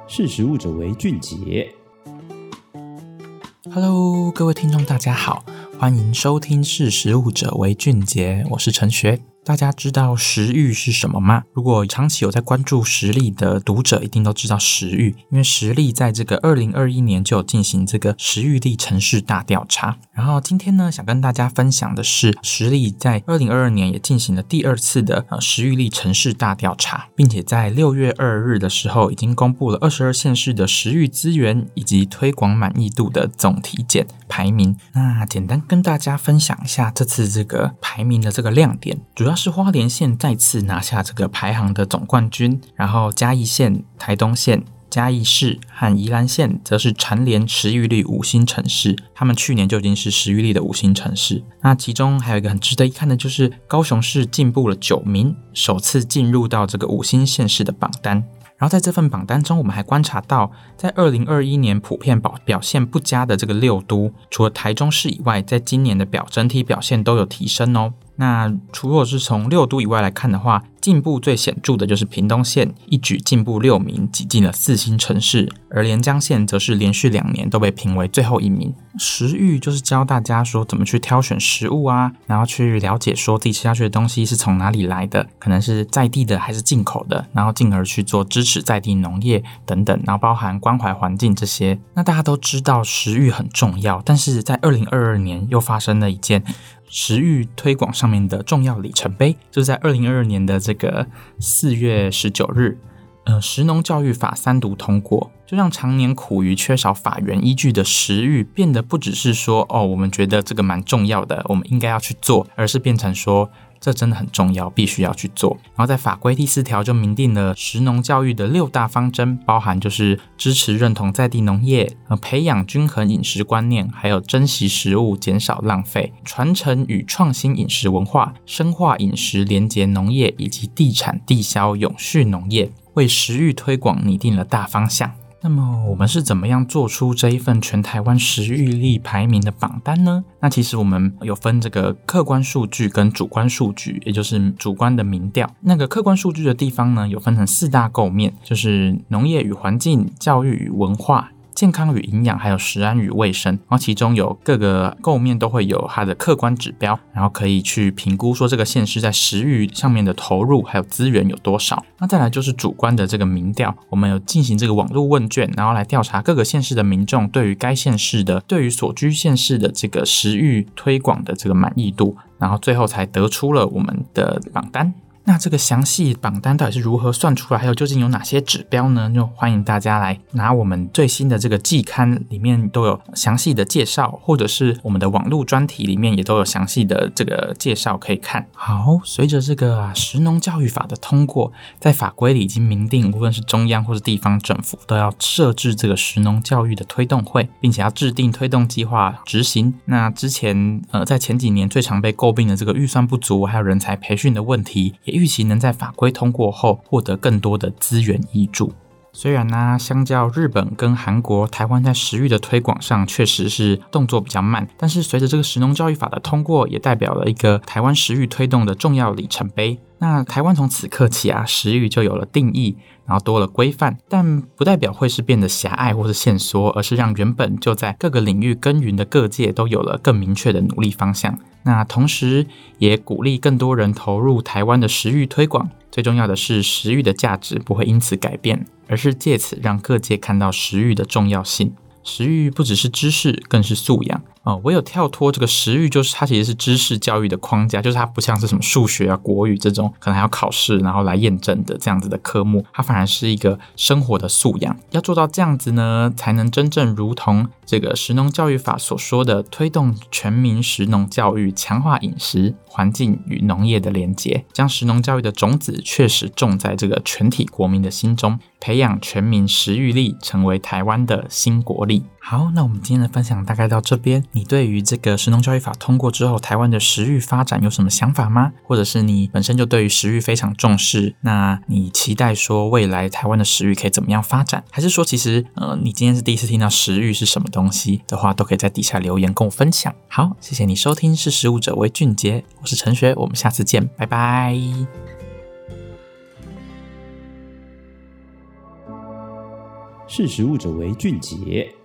识时务者为俊杰。 Hello， 各位听众大家好，欢迎收听识时务者为俊杰，我是陈学。大家知道时域是什么吗？如果长期有在关注时力的读者一定都知道时域，因为时力在这个2021年就有进行这个时域力城市大调查。然后今天呢，想跟大家分享的是时力在2022年也进行了第二次的时域力城市大调查，并且在6月2日的时候已经公布了22县市的时域资源以及推广满意度的总体检排名。那简单跟大家分享一下这次这个排名的这个亮点，主要是花莲县再次拿下这个排行的总冠军，然后嘉义县、台东县、嘉义市和宜兰县则是蝉联时域力5星城市，他们去年就已经是时域力的5星城市。那其中还有一个很值得一看的就是高雄市进步了9名，首次进入到这个5星县市的榜单。然后在这份榜单中，我们还观察到在2021年普遍表现不佳的这个6都，除了台中市以外，在今年的整体表现都有提升哦。那除了是从6都以外来看的话，进步最显著的就是屏东县，一举进步6名，挤进了4星城市，而连江县则是连续2年都被评为最后1名。时域就是教大家说怎么去挑选食物啊，然后去了解说自己吃下去的东西是从哪里来的，可能是在地的还是进口的，然后进而去做支持在地农业等等，然后包含关怀环境这些。那大家都知道时域很重要，但是在2022年又发生了一件时域推广上面的重要里程碑，就是在2022年的这个4月19日，食农教育法3读通过，就让常年苦于缺少法源依据的时域变得不只是说我们觉得这个蛮重要的，我们应该要去做，而是变成说这真的很重要，必须要去做。然后在法规第4条就明定了食农教育的6大方针，包含就是支持认同在地农业，培养均衡饮食观念，还有珍惜食物，减少浪费，传承与创新饮食文化，深化饮食连结农业，以及地产地销永续农业，为时域推广拟定了大方向。那么我们是怎么样做出这一份全台湾时域力排名的榜单呢？那其实我们有分这个客观数据跟主观数据，也就是主观的民调。那个客观数据的地方呢，有分成4大构面，就是农业与环境、教育与文化、健康与营养，还有食安与卫生。然后其中有各个构面都会有它的客观指标，然后可以去评估说这个县市在时域上面的投入还有资源有多少。那再来就是主观的这个民调，我们有进行这个网络问卷，然后来调查各个县市的民众对于该县市的对于所居县市的这个时域推广的这个满意度，然后最后才得出了我们的榜单。那这个详细榜单到底是如何算出来，还有究竟有哪些指标呢？就欢迎大家来拿我们最新的这个季刊，里面都有详细的介绍，或者是我们的网络专题里面也都有详细的这个介绍可以看。好，随着这个食农教育法的通过，在法规里已经明定，无论是中央或是地方政府都要设置这个食农教育的推动会，并且要制定推动计划执行。那之前在前几年最常被诟病的这个预算不足还有人才培训的问题，也预期能在法规通过后获得更多的资源挹注。虽然呢，相较日本跟韩国，台湾在时域的推广上确实是动作比较慢，但是随着这个食农教育法的通过，也代表了一个台湾时域推动的重要里程碑。那台湾从此刻起时域就有了定义，然后多了规范，但不代表会是变得狭隘或是限缩，而是让原本就在各个领域耕耘的各界都有了更明确的努力方向。那同时也鼓励更多人投入台湾的时域推广，最重要的是时域的价值不会因此改变，而是借此让各界看到时域的重要性。时域不只是知识，更是素养。唯有跳脱这个时域，就是它其实是知识教育的框架，就是它不像是什么数学啊、国语这种可能还要考试然后来验证的这样子的科目，它反而是一个生活的素养。要做到这样子呢，才能真正如同这个食农教育法所说的，推动全民食农教育，强化饮食、环境与农业的连结，将食农教育的种子确实种在这个全体国民的心中，培养全民食育力，成为台湾的新国力。好，那我们今天的分享大概到这边。你对于这个食农教育法通过之后，台湾的食育发展有什么想法吗？或者是你本身就对于食育非常重视，那你期待说未来台湾的食育可以怎么样发展？还是说其实你今天是第一次听到食育是什么东西的话，都可以在底下留言跟我分享。好，谢谢你收听识时务者为俊杰，我是陈学，我们下次见，拜拜。 识时务者为俊杰。